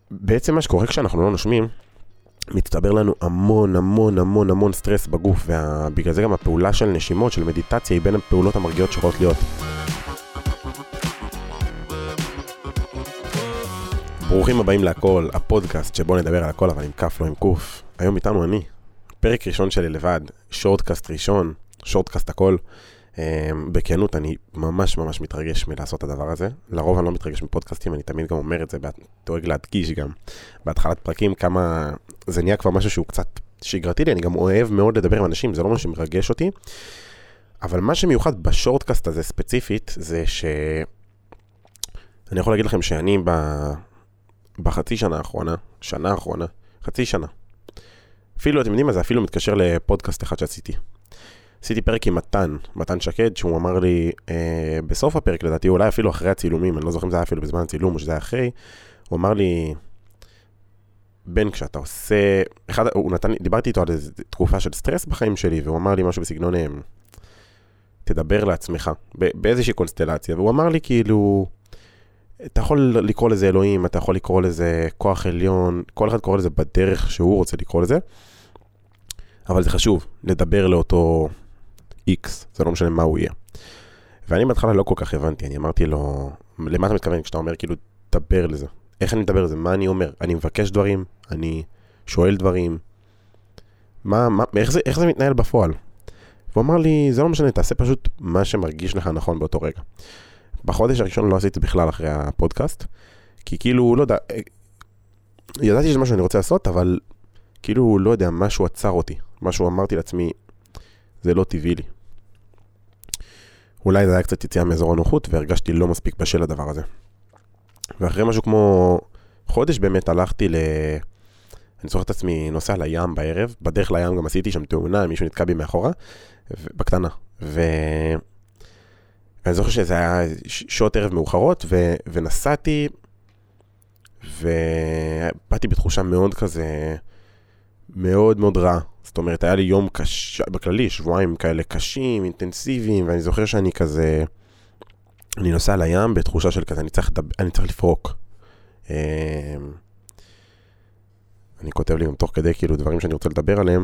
בעצם מה שקורה כשאנחנו לא נושמים, מצטבר לנו המון המון המון המון סטרס בגוף, ובגלל זה גם הפעולה של נשימות, של מדיטציה, היא בין הפעולות המרגיעות שיכולות להיות. ברוכים הבאים להכל, הפודקאסט שבו נדבר על הכל, אבל עם כף לא עם קוף. היום איתנו אני, פרק ראשון שלי לבד, שורטקאסט ראשון, שורטקאסט הכל. בכנות אני ממש ממש מתרגש מלעשות את הדבר הזה. לרוב אני לא מתרגש מפודקאסטים, אני תמיד גם אומר את זה, דואג להדגיש גם בהתחלת פרקים כמה זה נהיה כבר משהו שהוא קצת שגרתי לי. אני גם אוהב מאוד לדבר עם אנשים, זה לא משהו שמרגש אותי. אבל מה שמיוחד בשורטקאסט הזה ספציפית, זה שאני יכול להגיד לכם שאני בחצי שנה האחרונה, חצי שנה. אפילו, אתם יודעים מה זה, אפילו מתקשר לפודקאסט אחד שעשיתי. עשיתי פרק עם מתן שקד, שהוא אמר לי, בסוף הפרק לדעתי, אולי אפילו אחרי הצילומים, אני לא זוכר אם זה היה אפילו בזמן הצילום או שזה היה אחרי, הוא אמר לי, בן, כשאתה עושה, דיברתי איתו על איזו תקופה של סטרס בחיים שלי, והוא אמר לי משהו בסגנון, תדבר לעצמך, באיזושהי קונסטלציה, והוא אמר לי כאילו, אתה יכול לקרוא לזה אלוהים, אתה יכול לקרוא לזה כוח עליון, כל אחד קורא לזה בדרך שהוא רוצה לקרוא לזה, אבל זה חשוב, לדבר לאותו X, זה לא משנה מה הוא יהיה. ואני בהתחלה לא כל כך הבנתי, אני אמרתי לו, למה אתה מתכוון כשאתה אומר כאילו, דבר לזה? איך אני מדבר לזה? מה אני אומר? אני מבקש דברים, אני שואל דברים, איך זה מתנהל בפועל? והוא אמר לי, זה לא משנה, תעשה פשוט מה שמרגיש לך נכון באותו רגע. בחודש הראשון לא עשיתי בכלל אחרי הפודקאסט, כי כאילו, לא יודע, ידעתי שזה מה שאני רוצה לעשות, אבל כאילו, לא יודע, משהו עצר אותי. משהו אמרתי לעצמי, זה לא טבעי לי. אולי זה היה קצת יציאה מאזור הנוחות, והרגשתי לא מספיק בשל הדבר הזה. ואחרי משהו כמו חודש באמת הלכתי אני זוכר את עצמי נוסע לים בערב, בדרך לים גם עשיתי שם תאונה, מישהו נתקע בי מאחורה, בקטנה. ואני זוכר שזה היה שעות ערב מאוחרות, ונסעתי, ובאתי בתחושה מאוד כזה, מאוד מאוד רע. זאת אומרת, היה לי יום קשה, בכללי, שבועיים כאלה קשים, אינטנסיביים, ואני זוכר שאני כזה, אני נוסע לים בתחושה של כזה, אני צריך לפרוק. אני כותב לי גם תוך כדי, כאילו, דברים שאני רוצה לדבר עליהם,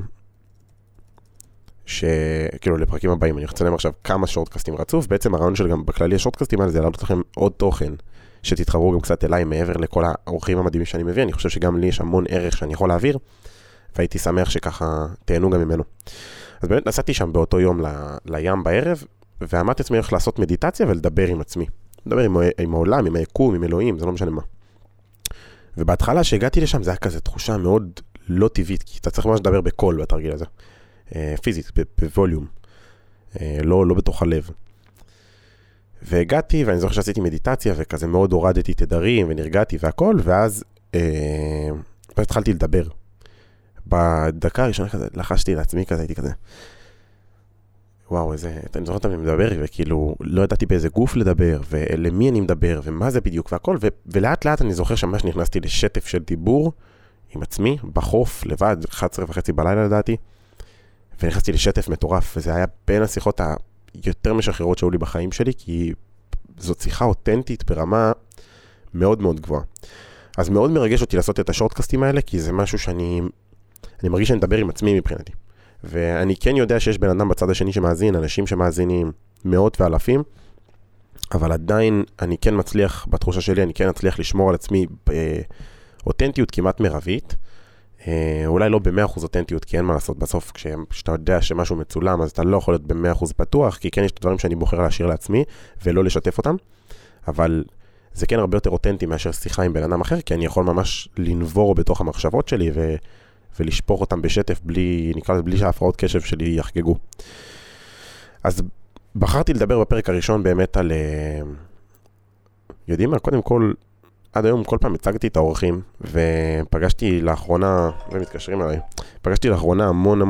שכאילו, לפרקים הבאים, אני רוצה להם עכשיו כמה שורטקאסטים רצוף, בעצם הרעיון של גם בכללי השורטקאסטים האלה, זה להעלות לכם עוד תוכן, שתתחברו גם קצת אליי מעבר לכל האורחים המדהימים שאני מביא. אני חושב שגם לי יש המון ערך שאני יכול להעביר, והייתי שמח שככה תהנו גם ממנו. אז באמת נסעתי שם באותו יום לים בערב, ואמרתי עצמי איך לעשות מדיטציה ולדבר עם עצמי. לדבר עם העולם, עם היקום, עם אלוהים, זה לא משנה מה. ובהתחלה שהגעתי לשם זה היה כזה תחושה מאוד לא טבעית, כי אתה צריך ממש לדבר בקול בתרגיל הזה. פיזית, בווליום. לא בתוך הלב. והגעתי, ואני זוכר שעשיתי מדיטציה, וכזה מאוד הורדתי תדרים, ונרגעתי והכל, ואז התחלתי לדבר. בדקה הראשונה כזה, לחשתי לעצמי כזה, הייתי כזה, וואו, אני זוכר אותם מדבר, וכאילו, לא ידעתי באיזה גוף לדבר, ולמי אני מדבר, ומה זה בדיוק, והכל, ולאט לאט אני זוכר שממש נכנסתי לשטף של דיבור, עם עצמי, בחוף, לבד, 11:30 בלילה לדעתי, ונכנסתי לשטף מטורף, וזה היה בין השיחות היותר משחררות שהיו לי בחיים שלי, כי זאת שיחה אותנטית ברמה מאוד מאוד גבוהה. אז מאוד מרגש אותי לעשות את השורטקאסטים האלה, כי זה משהו שאני מרגיש שאני מדבר עם עצמי מבחינתי. ואני כן יודע שיש בן אדם בצד השני שמאזין, אנשים שמאזינים מאות ואלפים, אבל עדיין אני כן מצליח, בתחושה שלי, אני כן אצליח לשמור על עצמי באותנטיות כמעט מרבית. אולי לא ב100% אותנטיות, כי אין מה לעשות בסוף, כשאתה יודע שמשהו מצולם, אז אתה לא יכול להיות ב100% פתוח, כי כן יש דברים שאני בוחר להשאיר לעצמי, ולא לשתף אותם, אבל זה כן הרבה יותר אותנטי מאשר שיחה עם בן אדם אחר, כי אני יכול ממש לנבור בתוך המחשבות שלי, ולשפוך אותם בשטף, נקרא לזה, בלי שההפרעות קשב שלי יחגגו. אז בחרתי לדבר בפרק הראשון באמת על, יודעים מה, קודם כל, עד היום כל פעם הצגתי את האורחים, ופגשתי לאחרונה, ומתקשרים עליי, פגשתי לאחרונה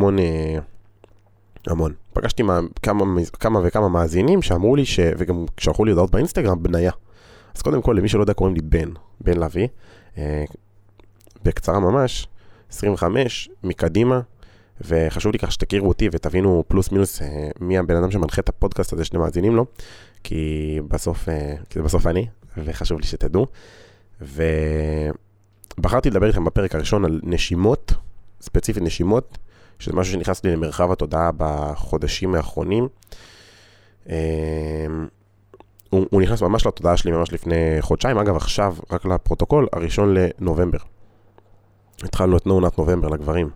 המון. פגשתי כמה וכמה מאזינים שאמרו לי, וגם שלחו לי הודעות באינסטגרם, בניה. אז קודם כל, למי שלא יודע, קוראים לי בן לוי, בקצרה ממש, 25, מקדימה, וחשוב לי כך שתכירו אותי ותבינו פלוס מינוס מי הבן אדם שמנחה את הפודקאסט הזה שאתם מאזינים לו, כי זה בסוף אני, וחשוב לי שתדעו. ובכללי בחרתי לדבר איתכם בפרק הראשון על נשימות, ספציפית נשימות, שזה משהו שנכנס לי למרחב התודעה בחודשים האחרונים. הוא נכנס ממש לתודעה שלי ממש לפני חודשיים, אגב עכשיו, רק לפרוטוקול, הראשון לנובמבר. התחלנו את נונת נובמבר לגברים.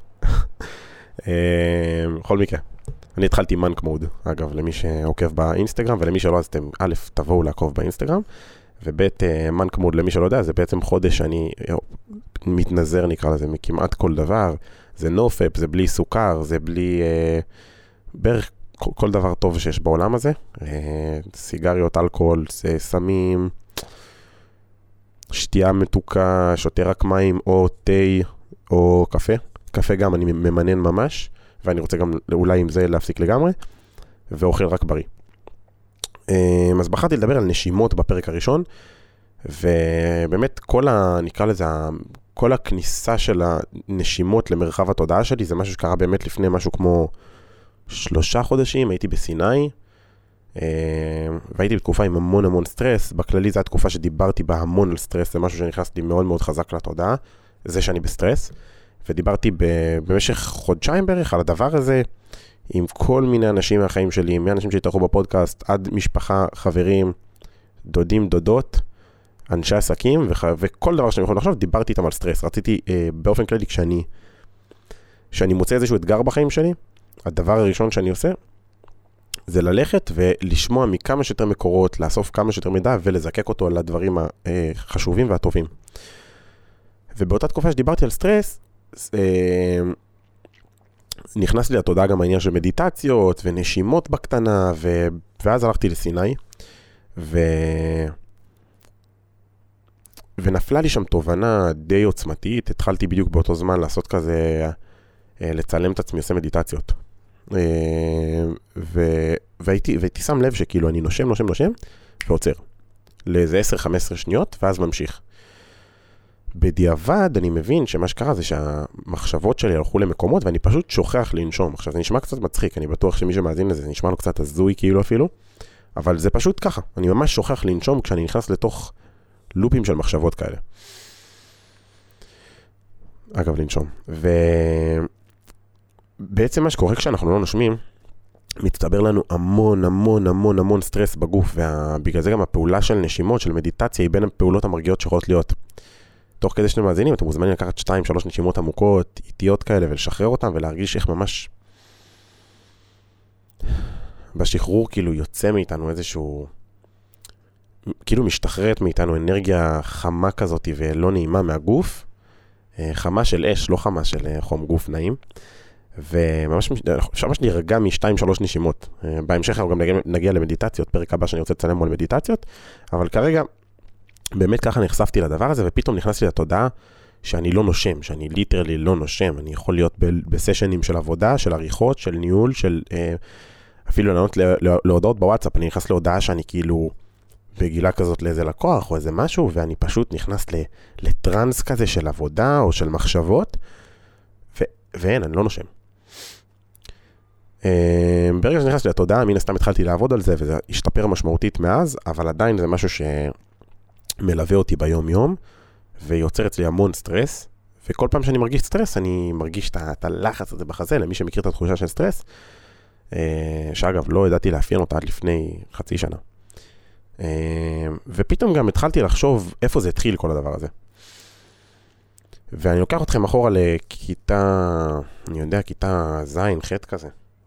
בכל מקרה, אני התחלתי מנק מוד, אגב, למי שעוקב באינסטגרם, ולמי שלא, אז אתם, א', תבואו לעקוב באינסטגרם, וב' מנק מוד, למי שלא יודע, זה בעצם חודש שאני מתנזר, נקרא לזה, מכמעט כל דבר. זה נופפ, זה בלי סוכר, זה בלי בערך כל דבר טוב שיש בעולם הזה. סיגריות, אלכוהול, סמים, שתייה מתוקה, שותה רק מים או תה או קפה. קפה גם אני ממנן ממש, ואני רוצה גם אולי עם זה להפסיק לגמרי, ואוכל רק בריא. אז בחרתי לדבר על נשימות בפרק הראשון, ובאמת נקרא לזה, כל הכניסה של הנשימות למרחב התודעה שלי, זה משהו שקרה באמת לפני משהו כמו 3 חודשים, הייתי בסיני, והייתי בתקופה עם המון המון סטרס, בכללי זו התקופה שדיברתי בה המון על סטרס, זה משהו שנכנס לי מאוד מאוד חזק לתודעה, זה שאני בסטרס, ודיברתי במשך חודשיים בערך על הדבר הזה, עם כל מיני אנשים מהחיים שלי, מאנשים שהתארחו בפודקאסט, עד משפחה, חברים, דודים, דודות, אנשי עסקים, וכל דבר שאני יכול לחשוב, דיברתי איתם על סטרס. רציתי באופן כללי, כשאני מוצא איזשהו אתגר בחיים שלי, הדבר הראשון שאני עושה, זה ללכת ולשמוע מכמה שיותר מקורות, לאסוף כמה שיותר מידע, ולזקק אותו על הדברים החשובים והטובים. ובאותה תקופה שדיברתי על סטרס, נכנס לי לתודעה גם העניין של מדיטציות, ונשימות בקטנה, ואז הלכתי לסיני, ונפלה לי שם תובנה די עוצמתית, התחלתי בדיוק באותו זמן לעשות כזה, לצלם את עצמי, עושה מדיטציות. והייתי שם לב שכאילו אני נושם, ועוצר. לאיזה 10-15 שניות, ואז ממשיך. בדיעבד אני מבין שמה שקרה זה שהמחשבות שלי הלכו למקומות, ואני פשוט שוכח לנשום. עכשיו זה נשמע קצת מצחיק, אני בטוח שמי שמאזין לזה, זה נשמע לו קצת הזוי כאילו אפילו, אבל זה פשוט ככה. אני ממש שוכח לנשום כשאני נכנס לתוך לופים של מחשבות כאלה. אגב, לנשום. ובעצם מה שקורה כשאנחנו לא נושמים, מצטבר לנו המון סטרס בגוף, ובגלל זה גם הפעולה של נשימות, של מדיטציה, היא בין הפעולות המרגיעות שיכולות להיות. תוך כדי שאתם מאזינים, אתם מוזמנים לקחת 2-3 נשימות עמוקות, איטיות כאלה, ולשחרר אותם, ולהרגיש איך ממש בשחרור כאילו יוצא מאיתנו איזשהו, כאילו משתחררת מאיתנו אנרגיה חמה כזאת ולא נעימה מהגוף, חמה של אש, לא חמה של חום גוף נעים, וממש אפשר ממש להירגע מ2-3 נשימות. בהמשך אנחנו גם נגיע למדיטציות, פרק הבא שאני רוצה לצלם על מדיטציות, אבל כרגע באמת ככה נחשפתי לדבר הזה, ופתאום נכנסתי לתודעה שאני לא נושם, שאני ליטרלי לא נושם, אני יכול להיות בסשנים של עבודה, של עריכות, של ניהול, של אפילו לענות להודעות בוואטסאפ, אני נכנס להודעה שאני כאילו בגילה כזאת לאיזה לקוח או איזה משהו, ואני פשוט נכנס לטרנס כזה של עבודה או של מחשבות, ואין, אני לא נושם. ברגע שנכנסתי לתודעה, מן הסתם התחלתי לעבוד על זה, וזה השתפר משמעותית מאז, אבל עדיין זה משהו שמלווה אותי ביום יום, ויוצר אצלי המון סטרס, וכל פעם שאני מרגיש סטרס, אני מרגיש את הלחץ הזה בחזה, למי שמכיר את התחושה של סטרס, שאגב, לא ידעתי לאפיין אותה עד לפני חצי שנה. ופתאום גם התחלתי לחשוב איפה זה התחיל כל הדבר הזה. ואני לוקח אתכם אחורה לכיתה, אני יודע, כיתה זין, ח' כזה.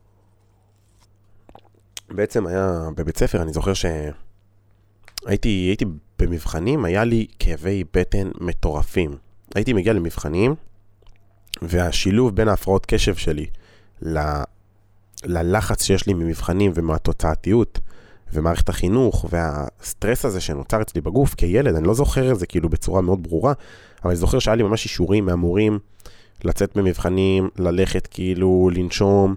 בעצם היה בבית ספר, אני זוכר שהייתי במבחנים, היה לי כאבי בטן מטורפים. הייתי מגיע למבחנים, והשילוב בין ההפרעות קשב שלי ללחץ שיש לי ממבחנים ומהתוצאתיות ומערכת החינוך והסטרס הזה שנוצר אצלי בגוף כילד, אני לא זוכר את זה כאילו בצורה מאוד ברורה, אבל אני זוכר שהיה לי ממש אישורים מהמורים לצאת במבחנים, ללכת כאילו, לנשום.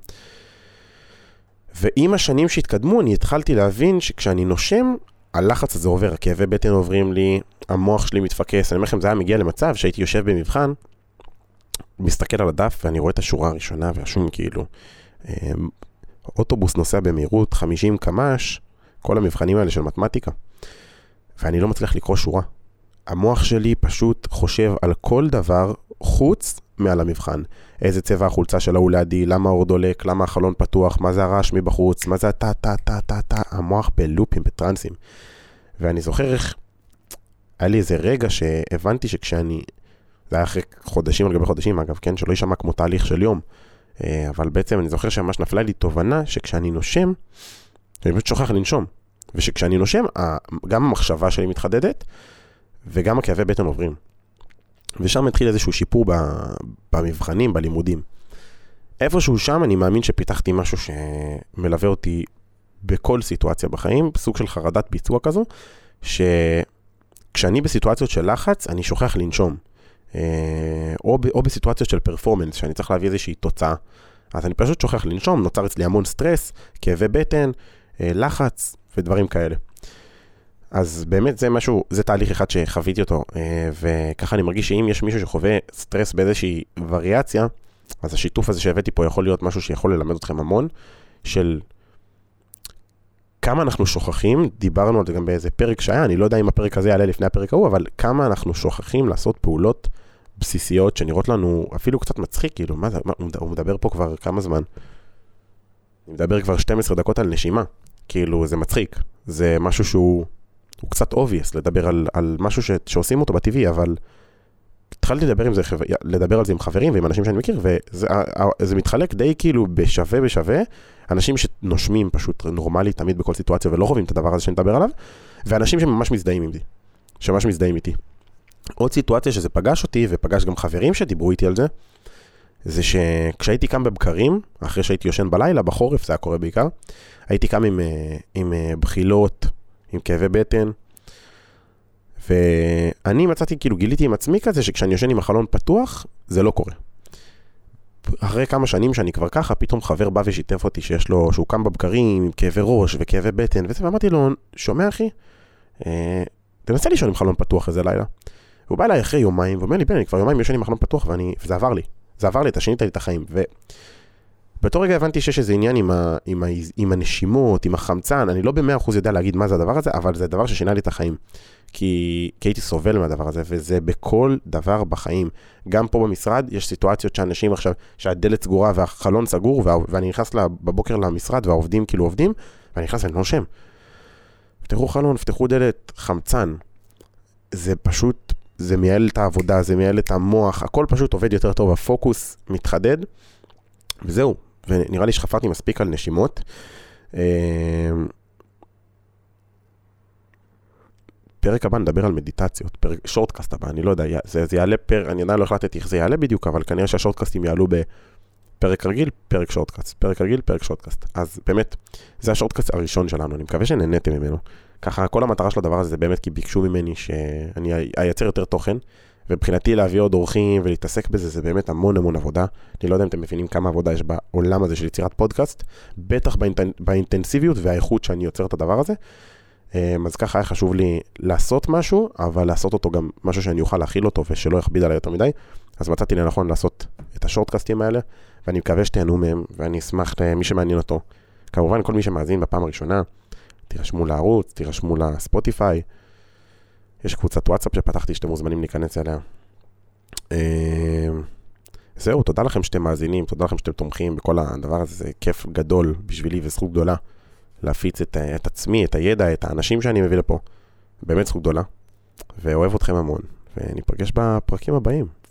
ועם השנים שהתקדמו, אני התחלתי להבין שכשאני נושם, הלחץ הזה עובר, הכאבי בטן עוברים לי, המוח שלי מתפקס. אני אומר לכם, זה היה מגיע למצב שהייתי יושב במבחן, מסתכל על הדף ואני רואה את השורה הראשונה והשום כאילו, אוטובוס נוסע במהירות 50 קמ"ש, כל המבחנים האלה של מתמטיקה, ואני לא מצליח לקרוא שורה. המוח שלי פשוט חושב על כל דבר חוץ מעל המבחן. איזה צבע החולצה של ההוא לידי, למה האור דולק, למה החלון פתוח, מה זה הרעש מבחוץ, מה זה המוח בלופים, בטרנסים. ואני זוכר איך, היה לי איזה רגע שהבנתי שכשאני, זה היה אחרי חודשים על גבי חודשים, אגב, כן, שלא יישמע כמו תהליך של יום, אבל בעצם אני זוכר שממש נפלה לי תובנה שכשאני נושם, אני פשוט שוכח לנשום. ושכשאני נושם, גם המחשבה שלי מתחדדת, וגם הכאבי בטן עוברים. ושם התחיל איזשהו שיפור במבחנים, בלימודים. איפשהו שם אני מאמין שפיתחתי משהו שמלווה אותי בכל סיטואציה בחיים, סוג של חרדת ביצוע כזו, שכשאני בסיטואציות של לחץ, אני שוכח לנשום. או בסיטואציות של פרפורמנס, שאני צריך להביא איזושהי תוצאה. אז אני פשוט שוכח לנשום, נוצר אצלי המון סטרס, כאבי בטן, לחץ ודברים כאלה. אז באמת זה משהו, זה תהליך אחד שחוויתי אותו, וככה אני מרגיש שאם יש מישהו שחווה סטרס באיזושהי וריאציה, אז השיתוף הזה שהבאתי פה יכול להיות משהו שיכול ללמד אתכם המון, של כמה אנחנו שוכחים, דיברנו על זה גם באיזה פרק שהיה, אני לא יודע אם הפרק הזה יעלה לפני הפרק ההוא, אבל כמה אנחנו שוכחים לעשות פעולות בסיסיות שנראות לנו אפילו קצת מצחיק, כאילו, מה זה, הוא מדבר פה כבר כמה זמן? אני מדבר כבר 12 דקות על נשימה, כאילו זה מצחיק, זה משהו שהוא קצת obvious לדבר על משהו שעושים אותו בטבעי, אבל התחלתי לדבר על זה עם חברים ועם אנשים שאני מכיר, וזה מתחלק די כאילו בשווה, אנשים שנושמים פשוט נורמלי תמיד בכל סיטואציה ולא חווים את הדבר הזה שאני מדבר עליו, ואנשים שממש מזדהים איתי. עוד סיטואציה שזה פגש אותי, ופגש גם חברים שדיברו איתי על זה, זה שכשהייתי קם בבקרים, אחרי שהייתי יושן בלילה, בחורף, זה היה קורה בעיקר, הייתי קם עם בחילות, עם כאבי בטן, ואני מצאתי, כאילו גיליתי עם עצמי כזה, שכשאני יושן עם החלון פתוח, זה לא קורה. אחרי כמה שנים שאני כבר ככה, פתאום חבר בא ושיתף אותי שהוא קם בבקרים, עם כאבי ראש וכאבי בטן, ואמרתי לו, שומע אחי, תנסה לישון עם חלון פתוח איזה לילה. הוא בא אליי אחרי יומיים, ואומר לי, בן, אני כבר יומיים יושן עם החלון פתוח, וזה עבר לי. זה עבר לי, אתה שינית לי את החיים. ובאותו רגע הבנתי שיש איזה עניין עם הנשימות, עם החמצן, אני לא ב100% יודע להגיד מה זה הדבר הזה, אבל זה דבר ששינה לי את החיים. כי הייתי סובל מהדבר הזה, וזה בכל דבר בחיים. גם פה במשרד יש סיטואציות שאנשים עכשיו, שהדלת סגורה והחלון סגור, ואני נכנס בבוקר למשרד, והעובדים כאילו עובדים, ואני נכנס ואני נושם. פתחו חלון, פתחו דלת, חמצן. זה פשוט, זה מייעל את העבודה, זה מייעל את המוח, הכל פשוט עובד יותר טוב, הפוקוס מתחדד, וזהו. ונראה לי שחפרתי מספיק על נשימות. פרק הבא נדבר על מדיטציות, פרק שורטקאסט הבא, אני לא יודע, זה יעלה אני עדיין לא החלטתי איך זה יעלה בדיוק, אבל כנראה שהשורטקאסטים יעלו בפרק רגיל, פרק שורטקאסט, פרק רגיל, פרק שורטקאסט. אז באמת, זה השורטקאסט הראשון שלנו, אני מקווה שנהניתם ממנו. ככה, כל המטרה של הדבר הזה זה באמת כי ביקשו ממני שאני אייצר יותר תוכן, ובחינתי להביא עוד אורחים ולהתעסק בזה, זה באמת המון עבודה. אני לא יודע אם אתם מבינים כמה עבודה יש בעולם הזה של יצירת פודקאסט, בטח באינטנסיביות והאיכות שאני יוצר את הדבר הזה. אז ככה היה חשוב לי לעשות משהו, אבל לעשות אותו גם משהו שאני אוכל להכיל אותו ושלא יכביד עליי יותר מדי. אז מצאתי לנכון לעשות את השורטקאסטים האלה, ואני מקווה שתהנו מהם, ואני אשמח למי שמעניין אותו. כמובן, כל מי שמאזין בפעם הראשונה, תירשמו לערוץ, תירשמו לספוטיפיי. יש קבוצת וואטסאפ שפתחתי שאתם מוזמנים להיכנס אליה. זהו, תודה לכם שאתם מאזינים, תודה לכם שאתם תומכים בכל הדבר הזה, זה כיף גדול בשבילי וזכות גדולה להפיץ את עצמי, את הידע, את האנשים שאני מביא לפה. באמת זכות גדולה, ואוהב אתכם המון, וניפגש בפרקים הבאים.